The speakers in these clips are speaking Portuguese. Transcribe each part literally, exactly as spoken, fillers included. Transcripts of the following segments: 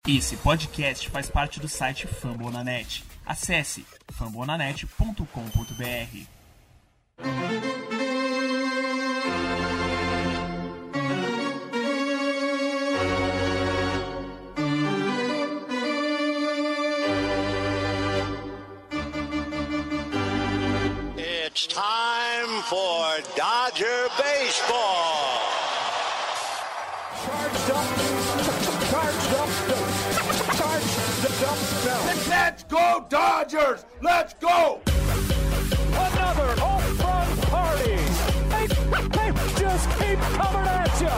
Esse podcast faz parte do site Fambonanet. Acesse fambonanet ponto com ponto b r. It's time for Dodger Baseball. Charged up, charged up, charged up. Let's go Dodgers! Let's go! Another home run party. They, they just keep coming at you.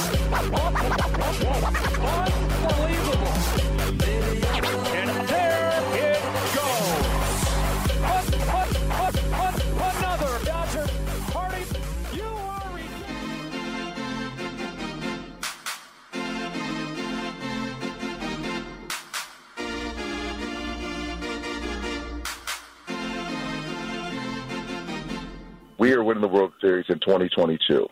Unbelievable. And there it goes. An, an, an, an, another Dodger party. You are We are winning the World Series in twenty twenty-two.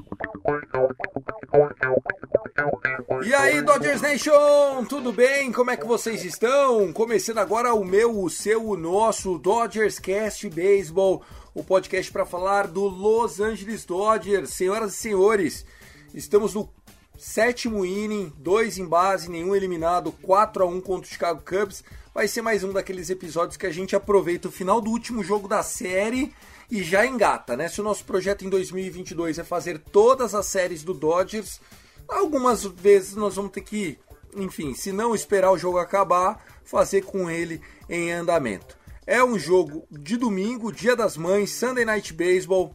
E aí, Dodgers Nation, tudo bem? Como é que vocês estão? Começando agora o meu, o seu, o nosso Dodgers Cast Baseball, o podcast para falar do Los Angeles Dodgers. Senhoras e senhores, estamos no sétimo inning, dois em base, nenhum eliminado, quatro a um contra o Chicago Cubs. Vai ser mais um daqueles episódios que a gente aproveita o final do último jogo da série e já engata, né? Se o nosso projeto em dois mil e vinte e dois é fazer todas as séries do Dodgers, algumas vezes nós vamos ter que, enfim, se não esperar o jogo acabar, fazer com ele em andamento. É um jogo de domingo, Dia das Mães, Sunday Night Baseball,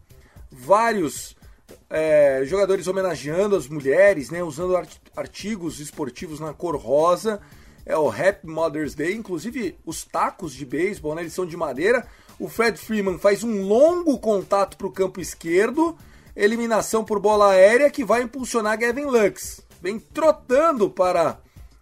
vários é, jogadores homenageando as mulheres, né? Usando artigos esportivos na cor rosa. É o Happy Mother's Day, inclusive os tacos de beisebol, né? Eles são de madeira. O Fred Freeman faz um longo contato para o campo esquerdo, eliminação por bola aérea que vai impulsionar Gavin Lux. Vem trotando para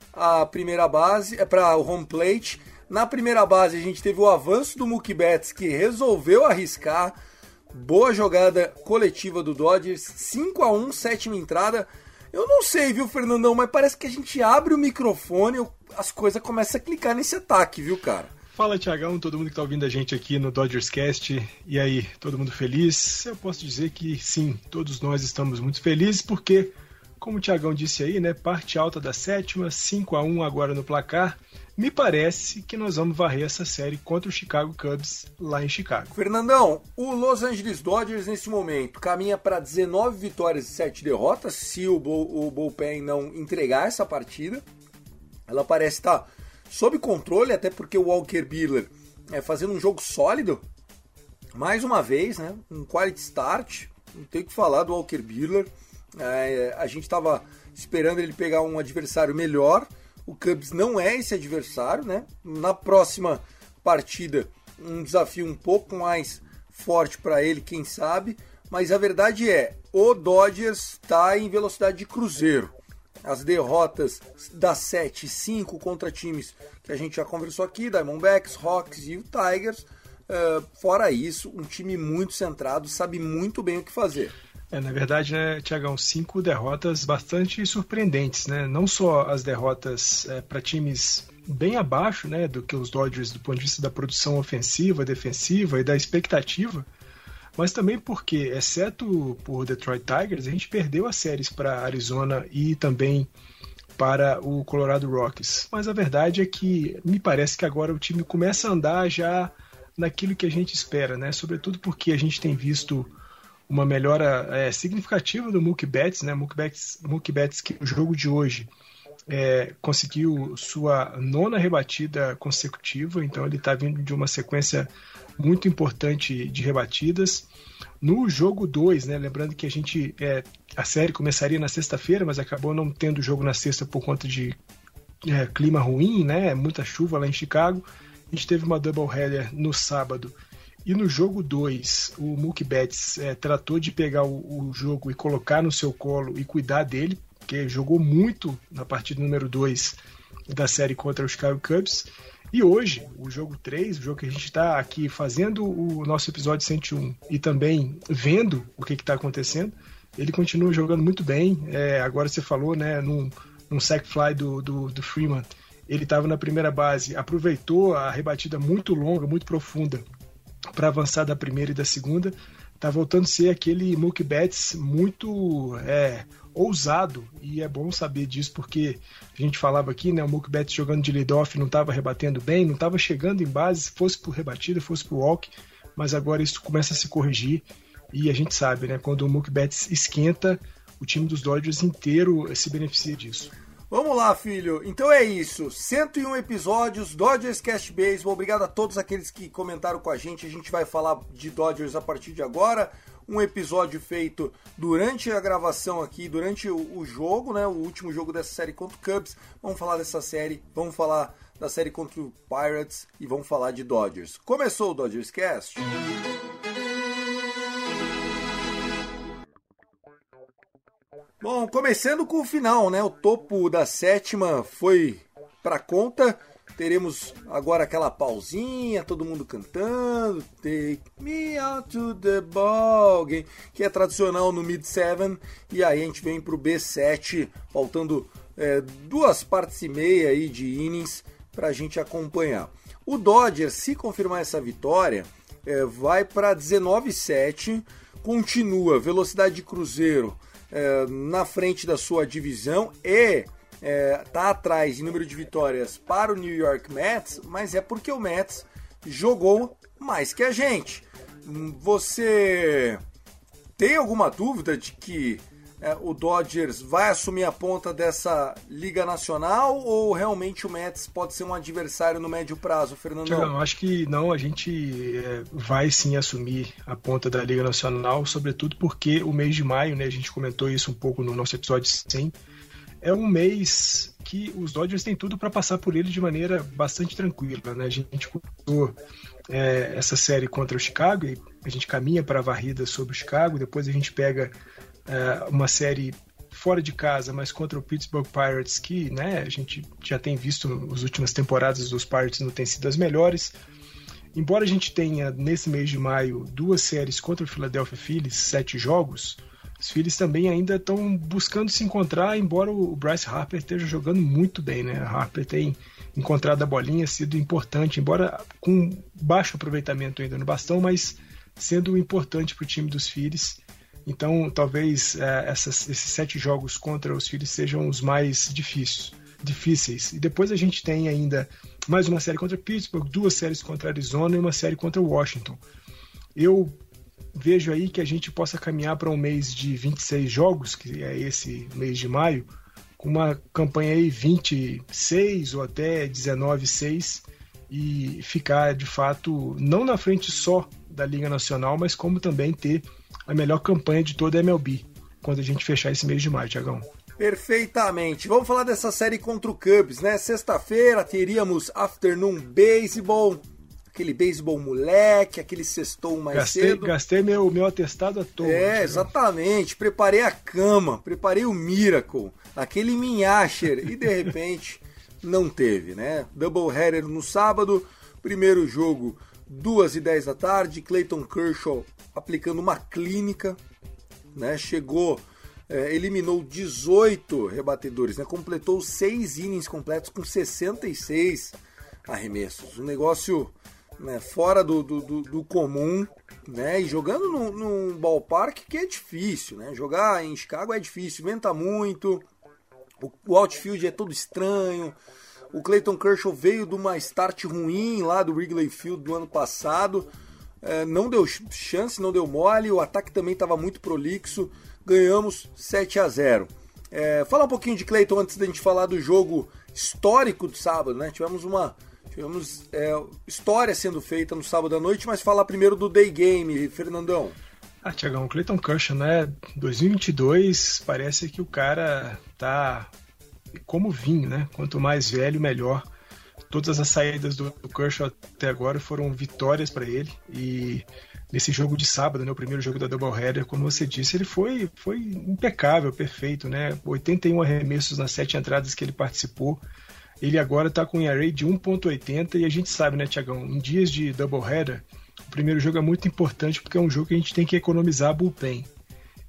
a primeira base, é para o home plate. Na primeira base a gente teve o avanço do Mookie Betts, que resolveu arriscar. Boa jogada coletiva do Dodgers, cinco a um, sétima entrada. Eu não sei, viu, Fernandão, mas parece que a gente abre o microfone, as coisas começam a clicar nesse ataque, viu, cara? Fala, Thiagão, todo mundo que está ouvindo a gente aqui no Dodgers Cast. E aí, todo mundo feliz? Eu posso dizer que sim, todos nós estamos muito felizes porque, como o Thiagão disse aí, né, parte alta da sétima, cinco a um agora no placar. Me parece que nós vamos varrer essa série contra o Chicago Cubs lá em Chicago. Fernandão, o Los Angeles Dodgers nesse momento caminha para dezenove vitórias e sete derrotas, se o, bull, o bullpen não entregar essa partida. Ela parece estar sob controle, até porque o Walker Buehler é fazendo um jogo sólido, mais uma vez, né? Um quality start, não tem o que falar do Walker Buehler. É, a gente estava esperando ele pegar um adversário melhor, o Cubs não é esse adversário, né? Na próxima partida, um desafio um pouco mais forte para ele, quem sabe, mas a verdade é, o Dodgers está em velocidade de cruzeiro. As derrotas das sete e cinco contra times que a gente já conversou aqui, Diamondbacks, Rockies e o Tigers. Uh, fora isso, um time muito centrado, sabe muito bem o que fazer. É, na verdade, né, Thiagão, cinco derrotas bastante surpreendentes, né? Não só as derrotas é, para times bem abaixo, né, do que os Dodgers do ponto de vista da produção ofensiva, defensiva e da expectativa, mas também porque, exceto por Detroit Tigers, a gente perdeu as séries para Arizona e também para o Colorado Rockies. Mas a verdade é que me parece que agora o time começa a andar já naquilo que a gente espera, né? Sobretudo porque a gente tem visto uma melhora é, significativa do Mookie Betts, né? Mookie Betts, Mookie Betts que no jogo de hoje é, conseguiu sua nona rebatida consecutiva, então ele está vindo de uma sequência muito importante de rebatidas. No jogo dois, né, lembrando que a gente é, a série começaria na sexta-feira, mas acabou não tendo jogo na sexta por conta de é, clima ruim, né, muita chuva lá em Chicago. A gente teve uma doubleheader no sábado. E no jogo dois, o Mookie Betts é, tratou de pegar o, o jogo e colocar no seu colo e cuidar dele, porque jogou muito na partida número dois da série contra o Chicago Cubs. E hoje, o jogo três, o jogo que a gente está aqui fazendo o nosso episódio cento e um e também vendo o que está acontecendo, ele continua jogando muito bem. É, agora você falou, né, num, um sac fly do, do, do Freeman. Ele estava na primeira base, aproveitou a rebatida muito longa, muito profunda, para avançar da primeira e da segunda. Está voltando a ser aquele Mookie Betts muito é, ousado, e é bom saber disso, porque a gente falava aqui, né, o Mookie Betts jogando de leadoff não estava rebatendo bem, não estava chegando em base, fosse por rebatida, fosse por walk, mas agora isso começa a se corrigir, e a gente sabe, né, quando o Mookie Betts esquenta, o time dos Dodgers inteiro se beneficia disso. Vamos lá, filho. Então é isso. cento e um episódios, Dodgers Cast Baseball. Obrigado a todos aqueles que comentaram com a gente. A gente vai falar de Dodgers a partir de agora. Um episódio feito durante a gravação aqui, durante o, o jogo, né? O último jogo dessa série contra o Cubs. Vamos falar dessa série, vamos falar da série contra o Pirates e vamos falar de Dodgers. Começou o Dodgers Cast. Bom, começando com o final, né? O topo da sétima foi pra conta. Teremos agora aquela pausinha, todo mundo cantando Take Me Out to the Ball Game, que é tradicional no mid seven. E aí a gente vem pro B sete, faltando é, duas partes e meia aí de innings pra gente acompanhar. O Dodgers, se confirmar essa vitória, é, vai para dezenove a sete, continua velocidade de cruzeiro É, na frente da sua divisão e é, tá atrás em número de vitórias para o New York Mets, mas é porque o Mets jogou mais que a gente. Você tem alguma dúvida de que é, o Dodgers vai assumir a ponta dessa Liga Nacional ou realmente o Mets pode ser um adversário no médio prazo, Fernando? Eu acho que não, a gente é, vai sim assumir a ponta da Liga Nacional, sobretudo porque o mês de maio, né, a gente comentou isso um pouco no nosso episódio cem, é um mês que os Dodgers têm tudo para passar por ele de maneira bastante tranquila, né? A gente começou é, essa série contra o Chicago e a gente caminha para a varrida sobre o Chicago, depois a gente pega é, uma série fora de casa, mas contra o Pittsburgh Pirates, que, né, a gente já tem visto nas últimas temporadas dos Pirates não têm sido as melhores. Embora a gente tenha, nesse mês de maio, duas séries contra o Philadelphia Phillies, sete jogos, os Phillies também ainda estão buscando se encontrar, embora o Bryce Harper esteja jogando muito bem, né? Harper tem encontrado a bolinha, sido importante, embora com baixo aproveitamento ainda no bastão, mas sendo importante para o time dos Phillies. Então, talvez é, essas, esses sete jogos contra os Phillies sejam os mais difíceis, difíceis. E depois a gente tem ainda mais uma série contra Pittsburgh, duas séries contra Arizona e uma série contra Washington. Eu vejo aí que a gente possa caminhar para um mês de vinte e seis jogos, que é esse mês de maio, com uma campanha aí vinte e seis ou até dezenove a seis, e ficar, de fato, não na frente só da Liga Nacional, mas como também ter a melhor campanha de toda a M L B, quando a gente fechar esse mês de maio, Thiagão. Perfeitamente. Vamos falar dessa série contra o Cubs, né? Sexta-feira teríamos Afternoon Baseball, aquele beisebol moleque, aquele sextou mais gastei, cedo. Gastei meu, meu atestado à toa. É, exatamente. Preparei a cama, preparei o Miracle, aquele Minhasher, e de repente não teve, né? Doubleheader no sábado, primeiro jogo duas e dez da tarde, Clayton Kershaw aplicando uma clínica, né? Chegou, é, eliminou dezoito rebatedores, né? Completou seis innings completos com sessenta e seis arremessos. Um negócio, né, fora do, do, do, do comum, né? E jogando num, num ballpark que é difícil, né? Jogar em Chicago é difícil, venta muito, o, o outfield é todo estranho. O Clayton Kershaw veio de uma start ruim lá do Wrigley Field do ano passado, é, não deu chance, não deu mole, o ataque também estava muito prolixo, ganhamos sete a zero. É, fala um pouquinho de Clayton antes da gente falar do jogo histórico de sábado, né? Tivemos uma tivemos, é, história sendo feita no sábado à noite, mas falar primeiro do Day Game, Fernandão. Ah, Thiagão, o Clayton Kershaw, né? dois mil e vinte e dois, parece que o cara tá como vinho, né? Quanto mais velho, melhor. Todas as saídas do, do Kershaw até agora foram vitórias para ele, e nesse jogo de sábado, né, o primeiro jogo da Doubleheader, como você disse, ele foi, foi impecável, perfeito, né? oitenta e um arremessos nas sete entradas que ele participou. Ele agora está com um E R A de um ponto oitenta, e a gente sabe, né, Thiagão, em dias de Doubleheader, o primeiro jogo é muito importante porque é um jogo que a gente tem que economizar bullpen.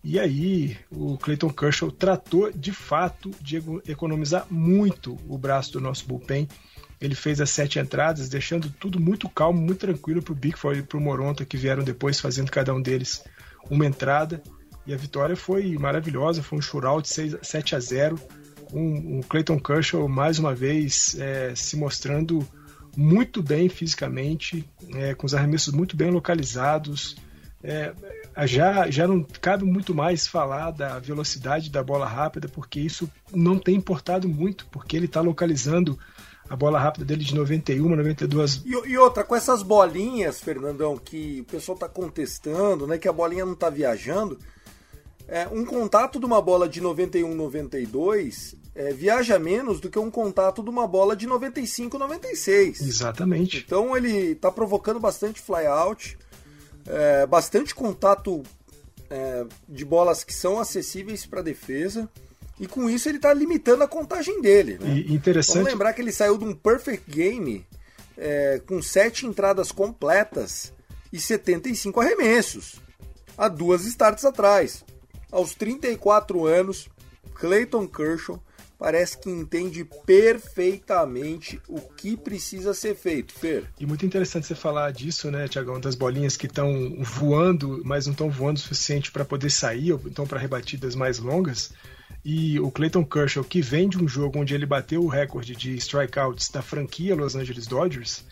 E aí o Clayton Kershaw tratou de fato de economizar muito o braço do nosso bullpen. Ele fez as sete entradas, deixando tudo muito calmo, muito tranquilo para o Bickford e para o Moronta, que vieram depois, fazendo cada um deles uma entrada. E a vitória foi maravilhosa, foi um shutout sete a zero. Um, um Clayton Kershaw, mais uma vez, é, se mostrando muito bem fisicamente, é, com os arremessos muito bem localizados. É, já, já não cabe muito mais falar da velocidade da bola rápida, porque isso não tem importado muito, porque ele está localizando a bola rápida dele de noventa e um, noventa e dois. E, e outra, com essas bolinhas, Fernandão, que o pessoal está contestando, né, que a bolinha não está viajando, é, um contato de uma bola de noventa e um, noventa e dois é, viaja menos do que um contato de uma bola de noventa e cinco, noventa e seis. Exatamente. Então ele está provocando bastante flyout, é, bastante contato é, de bolas que são acessíveis para a defesa. E com isso ele está limitando a contagem dele. Né? E interessante... Vamos lembrar que ele saiu de um perfect game é, com sete entradas completas e setenta e cinco arremessos, há duas starts atrás. Aos trinta e quatro anos, Clayton Kershaw parece que entende perfeitamente o que precisa ser feito, Fer. E muito interessante você falar disso, né, Tiagão, das bolinhas que estão voando, mas não estão voando o suficiente para poder sair, ou então para rebatidas mais longas. E o Clayton Kershaw, que vem de um jogo onde ele bateu o recorde de strikeouts da franquia Los Angeles Dodgers,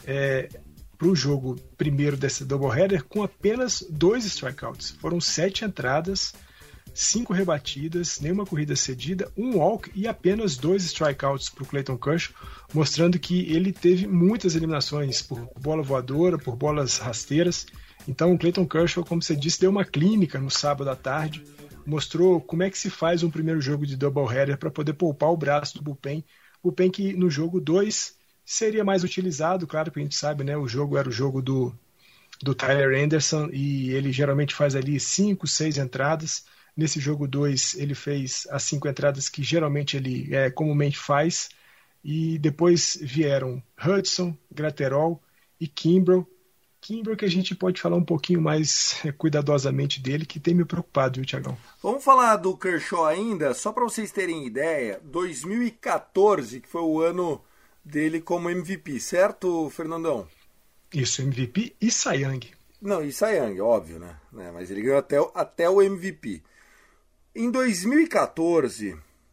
é, para o jogo primeiro dessa doubleheader com apenas dois strikeouts. Foram sete entradas, cinco rebatidas, nenhuma corrida cedida, um walk e apenas dois strikeouts para o Clayton Kershaw, mostrando que ele teve muitas eliminações por bola voadora, por bolas rasteiras. Então o Clayton Kershaw, como você disse, deu uma clínica no sábado à tarde, mostrou como é que se faz um primeiro jogo de doubleheader para poder poupar o braço do bullpen. Bullpen que no jogo dois seria mais utilizado, claro que a gente sabe, né? O jogo era o jogo do, do Tyler Anderson e ele geralmente faz ali cinco, seis entradas. Nesse jogo dois ele fez as cinco entradas que geralmente ele é, comumente faz. E depois vieram Hudson, Graterol e Kimbrel. Kimbrel que a gente pode falar um pouquinho mais cuidadosamente dele, que tem me preocupado, viu, Tiagão? Vamos falar do Kershaw ainda, só para vocês terem ideia, dois mil e quatorze, que foi o ano dele como M V P, certo, Fernandão? Isso, M V P e Cy Young. Não, e Cy Young, óbvio, né? Mas ele ganhou até, até o M V P. Em dois mil e quatorze,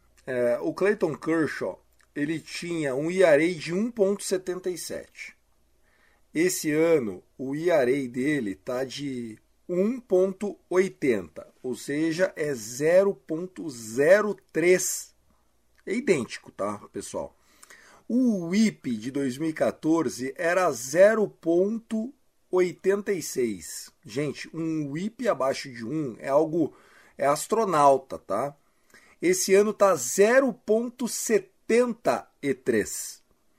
é, o Clayton Kershaw, ele tinha um E R A de um ponto setenta e sete. Esse ano, o E R A dele está de um ponto oitenta, ou seja, é zero ponto zero três. É idêntico, tá, pessoal? O W I P de dois mil e quatorze era zero ponto oitenta e seis. Gente, um W I P abaixo de um é algo... é astronauta, tá? Esse ano tá zero ponto setenta e três.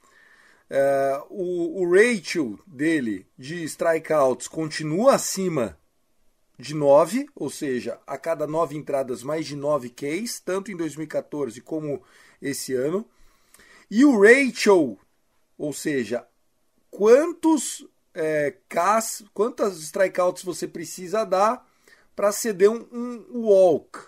Uh, o, o ratio dele de strikeouts continua acima de nove, ou seja, a cada nove entradas mais de nove Ks, tanto em dois mil e quatorze como esse ano. E o ratio, ou seja, quantos é, Ks, quantas strikeouts você precisa dar para ceder um, um walk.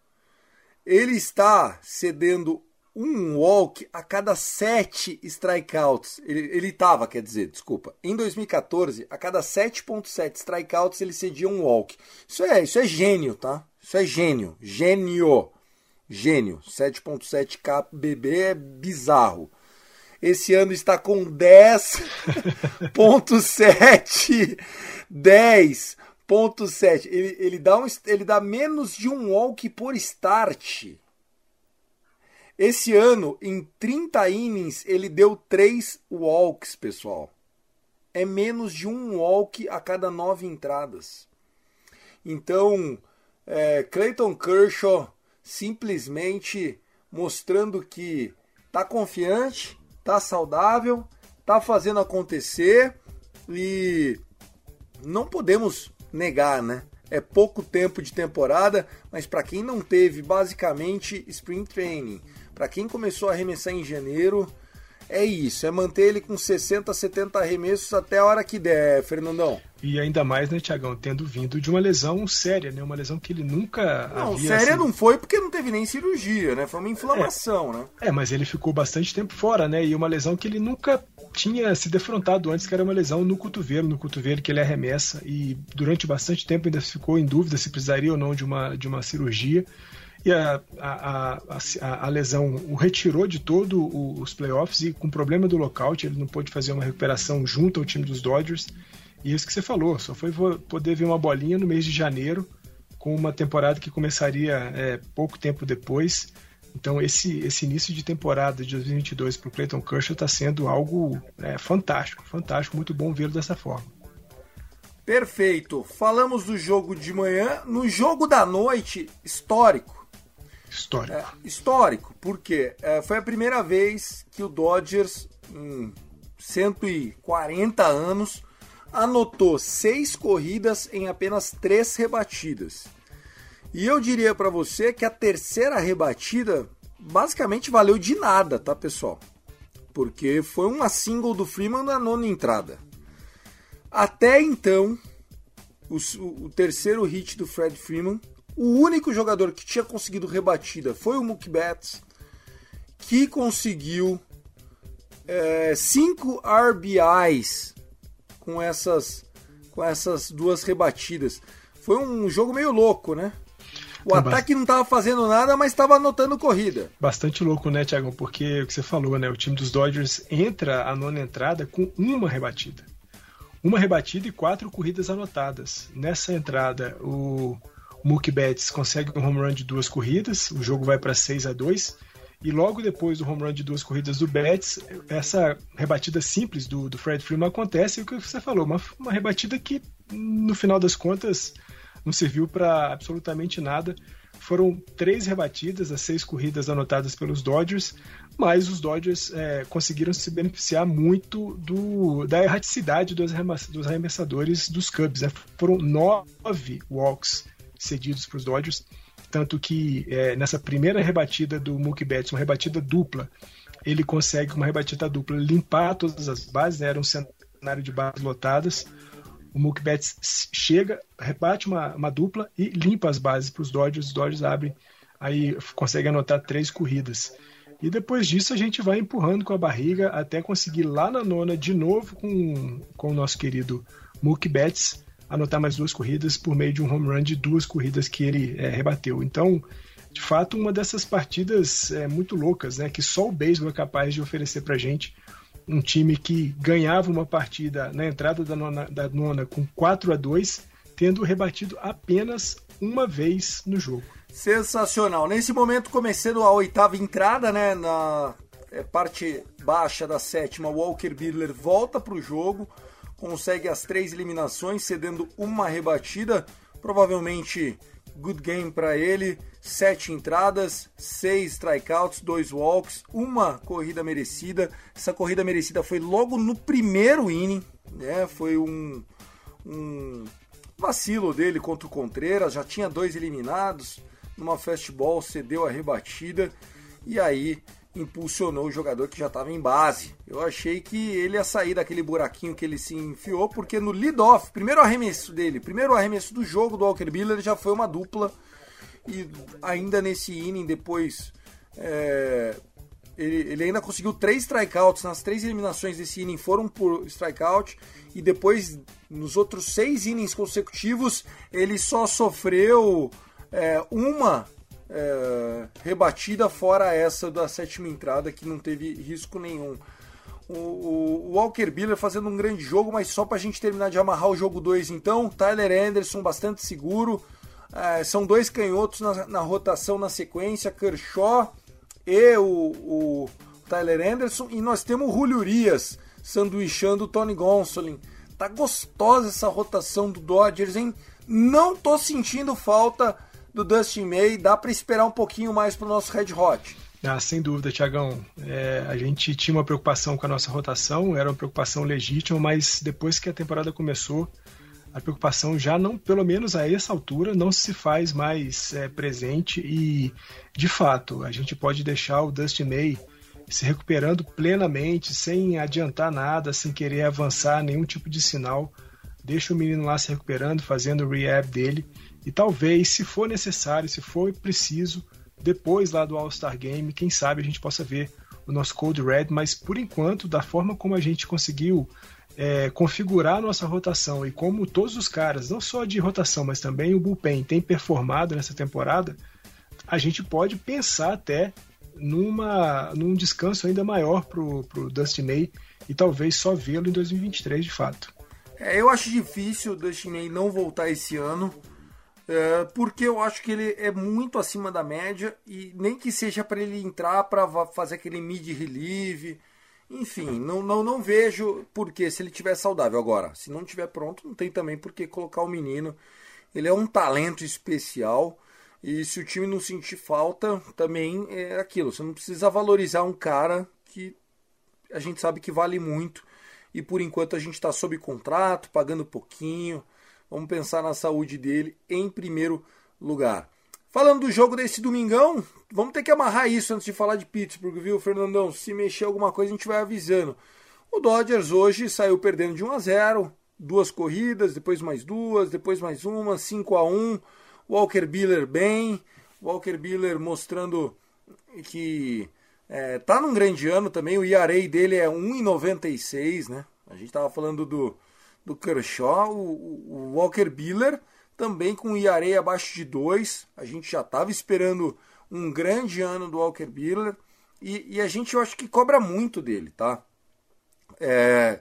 Ele está cedendo um walk a cada sete strikeouts. Ele estava, quer dizer, desculpa. Em dois mil e quatorze, a cada sete ponto sete strikeouts ele cedia um walk. Isso é, isso é gênio, tá? Isso é gênio. Gênio. Gênio. sete ponto sete K B B é bizarro. Esse ano está com dez ponto sete. dez ponto sete. Ele, ele, dá um, ele dá menos de um walk por start. Esse ano, em trinta innings, ele deu três walks, pessoal. É menos de um walk a cada nove entradas. Então, é, Clayton Kershaw simplesmente mostrando que está confiante, está saudável, está fazendo acontecer e não podemos negar, né? É pouco tempo de temporada, mas para quem não teve basicamente Spring Training, para quem começou a arremessar em janeiro, é isso, é manter ele com sessenta, setenta arremessos até a hora que der, Fernandão. E ainda mais, né, Thiagão, tendo vindo de uma lesão séria, né? Uma lesão que ele nunca não, havia... séria assim... não foi porque não teve nem cirurgia, né? Foi uma inflamação, é, né? É, mas ele ficou bastante tempo fora, né? E uma lesão que ele nunca tinha se defrontado antes, que era uma lesão no cotovelo, no cotovelo que ele arremessa. E durante bastante tempo ainda ficou em dúvida se precisaria ou não de uma, de uma cirurgia. E a, a, a, a lesão o retirou de todos os playoffs e com problema do lockout, ele não pôde fazer uma recuperação junto ao time dos Dodgers. E isso que você falou, só foi poder ver uma bolinha no mês de janeiro, com uma temporada que começaria é, pouco tempo depois. Então esse, esse início de temporada de dois mil e vinte e dois para o Clayton Kershaw está sendo algo é, fantástico, fantástico, muito bom vê-lo dessa forma. Perfeito, falamos do jogo de manhã, no jogo da noite, histórico. Histórico. É, histórico, porque é, foi a primeira vez que o Dodgers, em cento e quarenta anos, anotou seis corridas em apenas três rebatidas. E eu diria para você que a terceira rebatida basicamente valeu de nada, tá, pessoal? Porque foi uma single do Freeman na nona entrada. Até então, o, o terceiro hit do Fred Freeman, o único jogador que tinha conseguido rebatida foi o Mookie Betts, que conseguiu é, cinco R B Is com essas, com essas duas rebatidas. Foi um jogo meio louco, né? O é ataque bastante... não estava fazendo nada, mas estava anotando corrida. Bastante louco, né, Thiago? Porque o que você falou, né? O time dos Dodgers entra a nona entrada com uma rebatida. Uma rebatida e quatro corridas anotadas. Nessa entrada, o Mookie Betts consegue um home run de duas corridas, o jogo vai para seis a dois, e logo depois do home run de duas corridas do Betts, essa rebatida simples do, do Fred Freeman acontece, e o que você falou, uma, uma rebatida que no final das contas não serviu para absolutamente nada. Foram três rebatidas, as seis corridas anotadas pelos Dodgers, mas os Dodgers é, conseguiram se beneficiar muito do, da erraticidade dos arremessadores dos Cubs. Né? Foram nove walks cedidos para os Dodgers, tanto que é, nessa primeira rebatida do Mookie Betts, uma rebatida dupla, ele consegue, uma rebatida dupla, limpar todas as bases, né? Era um cenário de bases lotadas. O Mookie Betts chega, rebate uma, uma dupla e limpa as bases para os Dodgers. Os Dodgers abrem, aí consegue anotar três corridas. E depois disso a gente vai empurrando com a barriga até conseguir lá na nona de novo com, com o nosso querido Mookie Betts anotar mais duas corridas por meio de um home run de duas corridas que ele é, rebateu. Então, de fato, uma dessas partidas é, muito loucas, né, que só o beisebol é capaz de oferecer pra gente. Um time que ganhava uma partida na entrada da nona, da nona com quatro a dois, tendo rebatido apenas uma vez no jogo. Sensacional. Nesse momento, começando a oitava entrada, né, na é, parte baixa da sétima, o Walker Buehler volta pro jogo, consegue as três eliminações, cedendo uma rebatida, provavelmente good game para ele, sete entradas, seis strikeouts, dois walks, uma corrida merecida. Essa corrida merecida foi logo no primeiro inning, né? Foi um, um vacilo dele contra o Contreras, já tinha dois eliminados, numa fastball cedeu a rebatida e aí impulsionou o jogador que já estava em base. Eu achei que ele ia sair daquele buraquinho que ele se enfiou, porque no lead-off, primeiro arremesso dele, primeiro arremesso do jogo do Walker Buehler já foi uma dupla, e ainda nesse inning depois é, ele, ele ainda conseguiu três strikeouts, nas três eliminações desse inning foram por strikeout, e depois nos outros seis innings consecutivos ele só sofreu é, uma É, rebatida, fora essa da sétima entrada que não teve risco nenhum. O, o, o Walker Buehler fazendo um grande jogo, mas só pra gente terminar de amarrar o jogo dois então, Tyler Anderson bastante seguro, é, são dois canhotos na, na rotação na sequência, Kershaw e o, o Tyler Anderson, e nós temos o Julio Urias sanduichando o Tony Gonsolin. Tá gostosa essa rotação do Dodgers, hein? Não tô sentindo falta do Dustin May, dá para esperar um pouquinho mais pro nosso Red Hot. Ah, sem dúvida, Thiagão. É, a gente tinha uma preocupação com a nossa rotação, era uma preocupação legítima, mas depois que a temporada começou, a preocupação já não, pelo menos a essa altura, não se faz mais é, presente, e de fato, a gente pode deixar o Dustin May se recuperando plenamente, sem adiantar nada, sem querer avançar nenhum tipo de sinal. Deixa o menino lá se recuperando, fazendo o rehab dele. E talvez, se for necessário, se for preciso, depois lá do All-Star Game, quem sabe a gente possa ver o nosso Code Red. Mas, por enquanto, da forma como a gente conseguiu é, configurar a nossa rotação e como todos os caras, não só de rotação, mas também o bullpen, tem performado nessa temporada, a gente pode pensar até numa, num descanso ainda maior pro, pro Dustin May e talvez só vê-lo em dois mil e vinte e três de fato. É, eu acho difícil o Dustin May não voltar esse ano, é, porque eu acho que ele é muito acima da média e nem que seja para ele entrar para fazer aquele mid-relieve. Enfim, não, não, não vejo porque se ele estiver saudável. Agora, se não estiver pronto, não tem também por que colocar o menino. Ele é um talento especial. E se o time não sentir falta, também é aquilo. Você não precisa valorizar um cara que a gente sabe que vale muito. E por enquanto a gente está sob contrato, pagando pouquinho. Vamos pensar na saúde dele em primeiro lugar. Falando do jogo desse domingão, vamos ter que amarrar isso antes de falar de Pittsburgh, viu, Fernandão? Se mexer alguma coisa, a gente vai avisando. O Dodgers hoje saiu perdendo de um a zero. Duas corridas, depois mais duas, depois mais uma, cinco a um. Walker Buehler bem, Walker Buehler mostrando que é, tá num grande ano também, o E R A dele é um vírgula noventa e seis, né? A gente tava falando do, do Kershaw, o, o Walker Buehler também com o E R A abaixo de dois, a gente já tava esperando um grande ano do Walker Buehler e, e a gente eu acho que cobra muito dele, tá? É,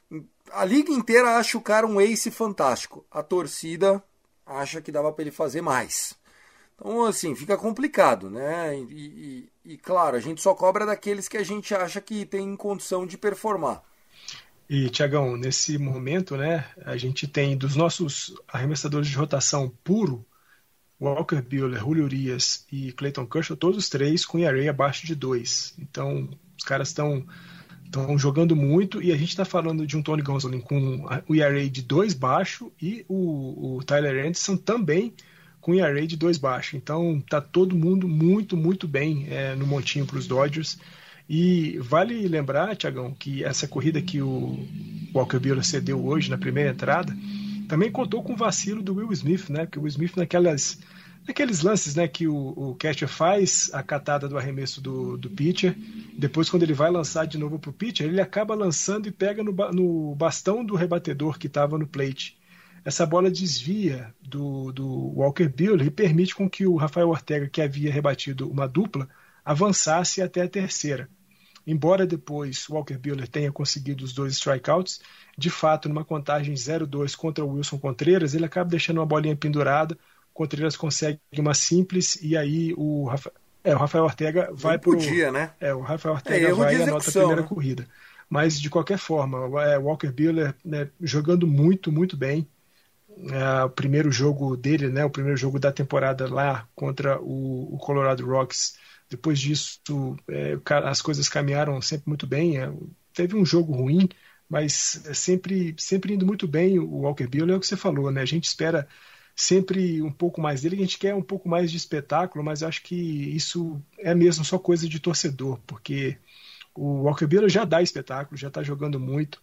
a liga inteira acha o cara um ace fantástico, a torcida acha que dava para ele fazer mais. Então, assim, fica complicado, né? E, e, e, claro, a gente só cobra daqueles que a gente acha que tem condição de performar. E, Tiagão, nesse momento, né, a gente tem dos nossos arremessadores de rotação puro, Walker Buehler, Julio Urias e Clayton Kershaw, todos os três com E R A abaixo de dois. Então, os caras estão estão jogando muito e a gente está falando de um Tony Gonsolin com o E R A de dois baixo e o, o Tyler Anderson também com o E R A de dois baixo. Então tá todo mundo muito, muito bem é, no montinho para os Dodgers. E vale lembrar, Tiagão, que essa corrida que o Walker Buehler cedeu hoje na primeira entrada também contou com o vacilo do Will Smith, né? Porque o Will Smith naquelas Naqueles lances, né, que o, o catcher faz a catada do arremesso do, do pitcher, depois quando ele vai lançar de novo para o pitcher, ele acaba lançando e pega no, no bastão do rebatedor que estava no plate. Essa bola desvia do, do Walker Buehler e permite com que o Rafael Ortega, que havia rebatido uma dupla, avançasse até a terceira. Embora depois o Walker Buehler tenha conseguido os dois strikeouts, de fato, numa contagem zero a dois contra o Wilson Contreras, ele acaba deixando uma bolinha pendurada. Contreras consegue uma simples e aí o, Rafa, é, o Rafael Ortega vai para o podia, né? É, o Rafael Ortega é, vai e anota a primeira né? corrida. Mas de qualquer forma, é, Walker Buehler né, jogando muito, muito bem. É, o primeiro jogo dele, né, o primeiro jogo da temporada lá contra o, o Colorado Rockies. Depois disso, é, as coisas caminharam sempre muito bem. É, teve um jogo ruim, mas é sempre, sempre indo muito bem o Walker Buehler. É o que você falou, né? A gente espera sempre um pouco mais dele, a gente quer um pouco mais de espetáculo, mas acho que isso é mesmo só coisa de torcedor, porque o Walker Buehler já dá espetáculo, já está jogando muito,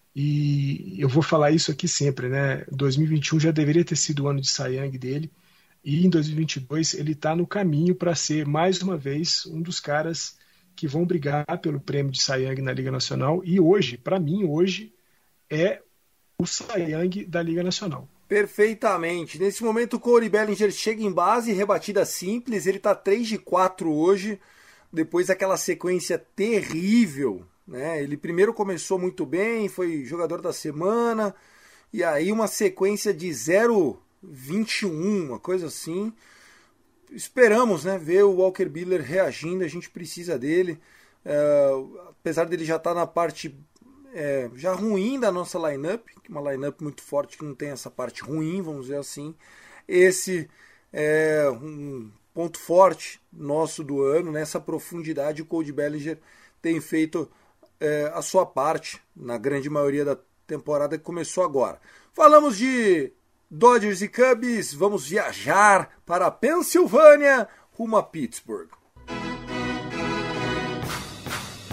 e eu vou falar isso aqui sempre, né? dois mil e vinte e um já deveria ter sido o ano de Cy Young dele, e em dois mil e vinte e dois ele está no caminho para ser, mais uma vez, um dos caras que vão brigar pelo prêmio de Cy Young na Liga Nacional, e hoje, para mim, hoje, é o Cy Young da Liga Nacional. Perfeitamente. Nesse momento o Cody Bellinger chega em base, rebatida simples, ele está três de quatro hoje, depois daquela sequência terrível, né? Ele primeiro começou muito bem, foi jogador da semana, e aí uma sequência de zero vinte e um, uma coisa assim. Esperamos, né, ver o Walker Buehler reagindo, a gente precisa dele, uh, apesar dele já estar tá na parte É, já ruim da nossa lineup, uma lineup muito forte que não tem essa parte ruim, vamos dizer assim. Esse é um ponto forte nosso do ano, nessa profundidade o Cody Bellinger tem feito é, a sua parte na grande maioria da temporada que começou agora. Falamos de Dodgers e Cubs, vamos viajar para a Pensilvânia rumo a Pittsburgh.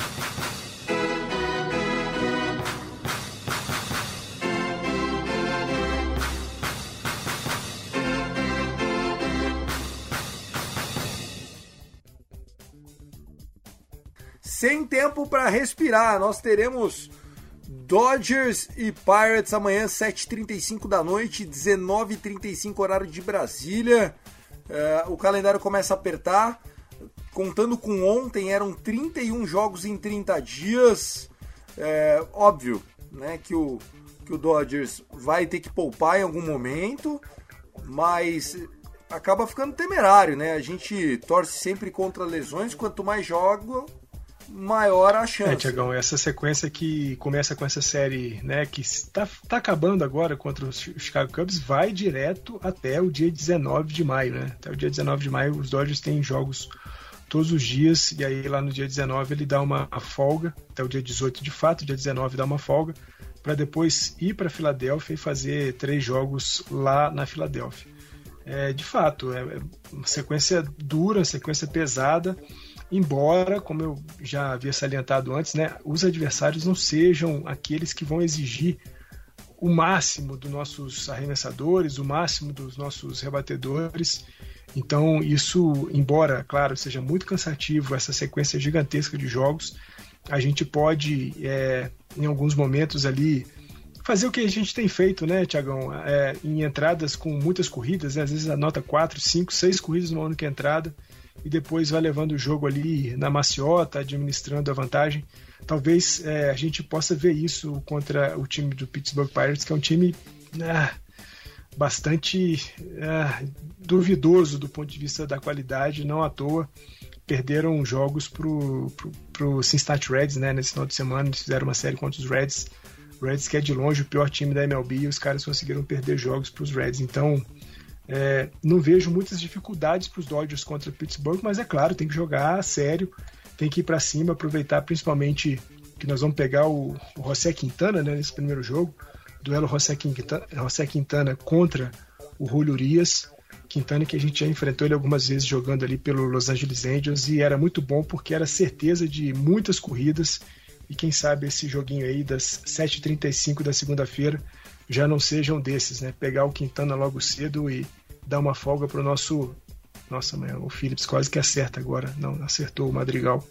sem tempo para respirar, nós teremos Dodgers e Pirates amanhã, sete e trinta e cinco da noite, dezenove e trinta e cinco horário de Brasília. Uh, o calendário começa a apertar. Contando com ontem, eram trinta e um jogos em trinta dias. É, óbvio, né, que o, que o Dodgers vai ter que poupar em algum momento, mas acaba ficando temerário, né? A gente torce sempre contra lesões, quanto mais joga, maior a chance. É, Tiagão, essa sequência que começa com essa série, né, que está tá acabando agora contra os Chicago Cubs, vai direto até o dia dezenove de maio, né? Até o dia dezenove de maio os Dodgers têm jogos todos os dias, e aí lá no dia dezenove ele dá uma folga, até o dia dezoito de fato, dia dezenove dá uma folga, para depois ir para Filadélfia e fazer três jogos lá na Filadélfia. É, de fato, é uma sequência dura, uma sequência pesada, embora, como eu já havia salientado antes, né, os adversários não sejam aqueles que vão exigir o máximo dos nossos arremessadores, o máximo dos nossos rebatedores. Então, isso, embora, claro, seja muito cansativo, essa sequência gigantesca de jogos, a gente pode, é, em alguns momentos ali, fazer o que a gente tem feito, né, Tiagão? É, em entradas com muitas corridas, né? Às vezes anota quatro, cinco, seis corridas numa única entrada e depois vai levando o jogo ali na maciota, administrando a vantagem. Talvez é, a gente possa ver isso contra o time do Pittsburgh Pirates, que é um time... Ah, bastante é, duvidoso do ponto de vista da qualidade, não à toa perderam jogos pro, pro, pro Cincinnati Reds, né, nesse final de semana. Eles fizeram uma série contra os Reds, Reds que é de longe o pior time da M L B, e os caras conseguiram perder jogos para os Reds. Então é, não vejo muitas dificuldades para os Dodgers contra o Pittsburgh, mas é claro, tem que jogar a sério, tem que ir para cima, aproveitar principalmente que nós vamos pegar o, o José Quintana, né, nesse primeiro jogo, duelo José Quintana, José Quintana contra o Julio Urias. Quintana, que a gente já enfrentou ele algumas vezes jogando ali pelo Los Angeles Angels, e era muito bom porque era certeza de muitas corridas, e quem sabe esse joguinho aí das sete e trinta e cinco da segunda-feira já não sejam desses, né? Pegar o Quintana logo cedo e dar uma folga pro nosso... Nossa, o Phillips quase que acerta agora, não, acertou o Madrigal.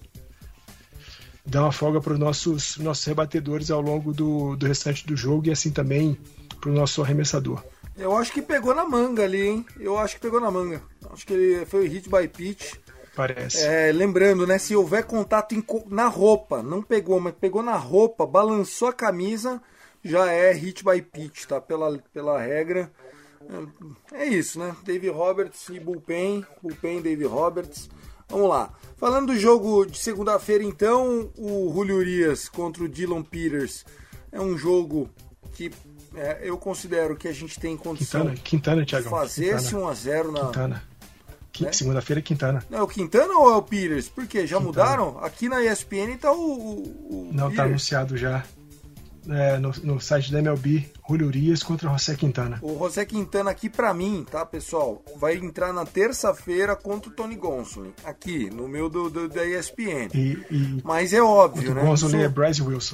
Dar uma folga para os nossos, nossos rebatedores ao longo do, do restante do jogo, e assim também para o nosso arremessador. Eu acho que pegou na manga ali, hein? Eu acho que pegou na manga. Acho que ele foi hit by pitch. Parece. É, lembrando, né? Se houver contato em, na roupa, não pegou, mas pegou na roupa, balançou a camisa, já é hit by pitch, tá? Pela, pela regra. É, é isso, né? Dave Roberts e bullpen. Bullpen, Dave Roberts. Vamos lá. Falando do jogo de segunda-feira, então, o Julio Urias contra o Dylan Peters é um jogo que é, eu considero que a gente tem condição Quintana, Quintana, Thiago, de fazer Quintana. Esse um a zero na... Quintana. Né? Segunda-feira é Quintana. É o Quintana ou é o Peters? Por quê? Já Quintana. Mudaram? Aqui na E S P N tá o, o, o Não, Peters. Tá anunciado já. É, no, no site da M L B, Julio Urias contra o José Quintana. O José Quintana aqui pra mim, tá, pessoal? Vai entrar na terça-feira contra o Tony Gonsolin, aqui, no meu do, do, da E S P N. E, e Mas é óbvio, o né? Gonsolin Isso... é Bryce Wilson.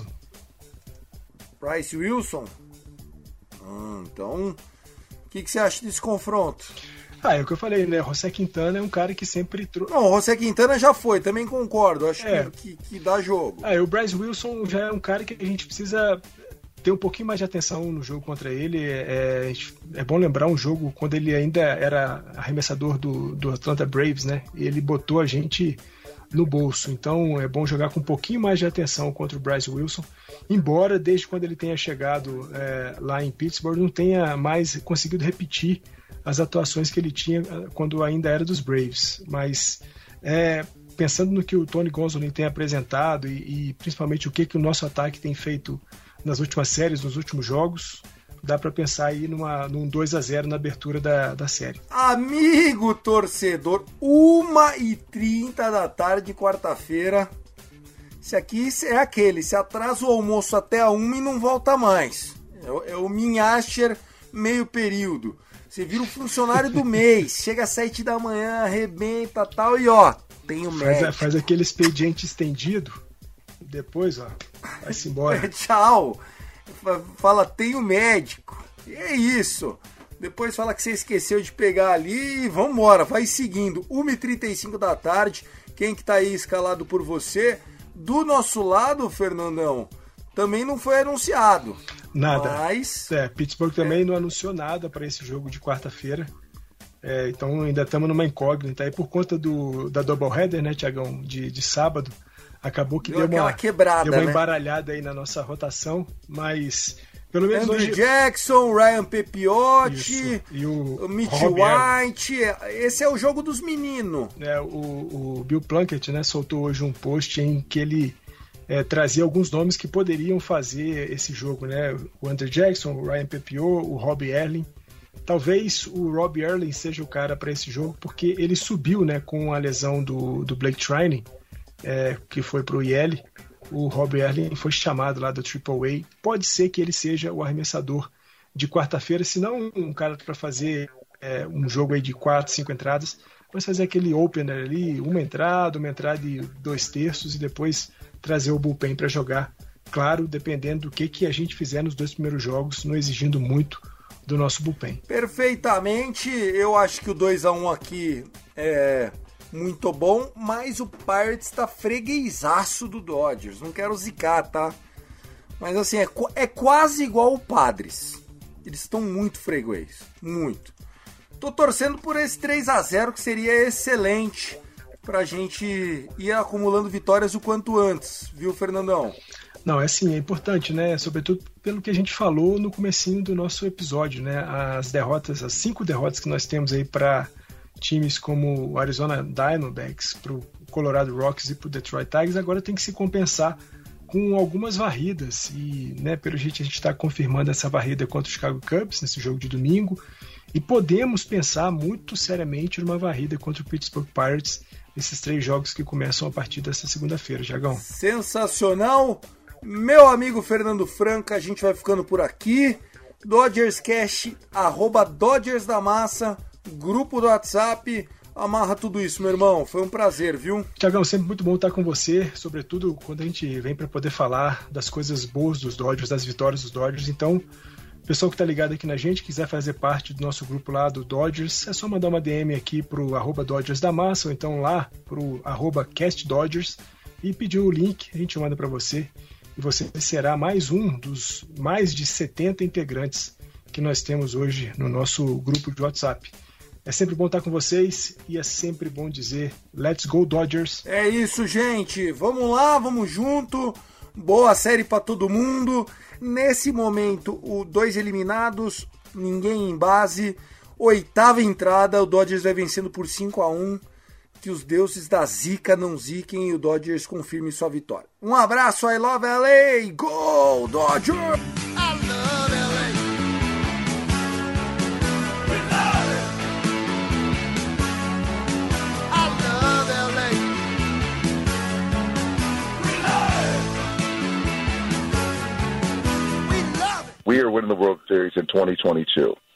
Bryce Wilson? Hum, então, o que, que você acha desse confronto? Ah, é o que eu falei, né? José Quintana é um cara que sempre trouxe. Não, o José Quintana já foi, também concordo. Acho é. que, que, que dá jogo. Ah, o Bryce Wilson já é um cara que a gente precisa ter um pouquinho mais de atenção no jogo contra ele. É, é bom lembrar um jogo quando ele ainda era arremessador do, do Atlanta Braves, né? E ele botou a gente no bolso. Então é bom jogar com um pouquinho mais de atenção contra o Bryce Wilson. Embora, desde quando ele tenha chegado é, lá em Pittsburgh, não tenha mais conseguido repetir as atuações que ele tinha quando ainda era dos Braves. Mas é, pensando no que o Tony Gonsolin tem apresentado e, e principalmente o que, que o nosso ataque tem feito nas últimas séries, nos últimos jogos, dá para pensar aí numa, num dois a zero na abertura da, da série. Amigo torcedor, uma e trinta da tarde, quarta-feira. Esse aqui é aquele, se atrasa o almoço até a uma e não volta mais. É o, é o Minhasher meio período. Você vira o funcionário do mês, chega às sete da manhã, arrebenta e tal, e ó, tem o médico. Faz, faz aquele expediente estendido, depois, ó, vai-se embora. É, tchau. Fala, tem o médico. E é isso. Depois fala que você esqueceu de pegar ali e vambora, vai seguindo. uma e trinta e cinco da tarde, quem que tá aí escalado por você? Do nosso lado, Fernandão, também não foi anunciado. Nada. Mas... É, Pittsburgh também é. não anunciou nada para esse jogo de quarta-feira. É, então ainda estamos numa incógnita. Aí por conta do, da doubleheader, né, Tiagão, de, de sábado, acabou que deu, deu uma, quebrada, deu uma né? embaralhada aí na nossa rotação, mas pelo menos Andrew hoje... Jackson, Ryan Pepiotti, e o, o Mitch Robbie White, esse é o jogo dos meninos. É, o, o Bill Plunkett, né, soltou hoje um post em que ele é, trazia alguns nomes que poderiam fazer esse jogo, né? O Andrew Jackson, o Ryan Pepiot, o Robbie Erlin. Talvez o Robbie Erlin seja o cara para esse jogo, porque ele subiu, né, com a lesão do, do Blake Trinan, é, que foi para o I L. O Robbie Erlin foi chamado lá do Triple A. Pode ser que ele seja o arremessador de quarta-feira, se não um cara para fazer é, um jogo aí de quatro, cinco entradas, mas fazer aquele opener ali, uma entrada, uma entrada e dois terços, e depois trazer o bullpen para jogar. Claro, dependendo do que, que a gente fizer nos dois primeiros jogos, não exigindo muito do nosso bullpen. Perfeitamente, eu acho que o dois a um aqui é muito bom, mas o Pirates tá freguesaço do Dodgers, não quero zicar, tá? Mas assim, é, é quase igual o Padres, eles estão muito freguês, muito. Tô torcendo por esse três a zero, que seria excelente pra gente ir acumulando vitórias o quanto antes, viu, Fernandão? Não, é assim, é importante, né? Sobretudo pelo que a gente falou no comecinho do nosso episódio, né? As derrotas, as cinco derrotas que nós temos aí para times como o Arizona Diamondbacks, para o Colorado Rockies e para o Detroit Tigers, agora tem que se compensar com algumas varridas. E, né, pelo jeito, a gente está confirmando essa varrida contra o Chicago Cubs nesse jogo de domingo. E podemos pensar muito seriamente numa varrida contra o Pittsburgh Pirates nesses três jogos que começam a partir dessa segunda-feira, Jagão. Sensacional! Meu amigo Fernando Franca, a gente vai ficando por aqui. DodgersCast, arroba Dodgers da Massa, grupo do WhatsApp. Amarra tudo isso, meu irmão. Foi um prazer, viu? Tiagão, sempre muito bom estar com você, sobretudo quando a gente vem para poder falar das coisas boas dos Dodgers, das vitórias dos Dodgers. Então, pessoal que está ligado aqui na gente, quiser fazer parte do nosso grupo lá do Dodgers, é só mandar uma D M aqui pro arroba Dodgers da Massa, ou então lá pro arroba Cast Dodgers, e pedir o link, a gente manda para você. E você será mais um dos mais de setenta integrantes que nós temos hoje no nosso grupo de WhatsApp. É sempre bom estar com vocês e é sempre bom dizer Let's go Dodgers. É isso, gente. Vamos lá, vamos junto. Boa série para todo mundo. Nesse momento, o dois eliminados, ninguém em base. Oitava entrada, o Dodgers vai vencendo por cinco a um. Que os deuses da zica não ziquem e o Dodgers confirme sua vitória. Um abraço, I love L A! Go, Dodgers! I love L A. We love it. I love L A. We love it. We love it. We are winning the World Series in twenty twenty-two.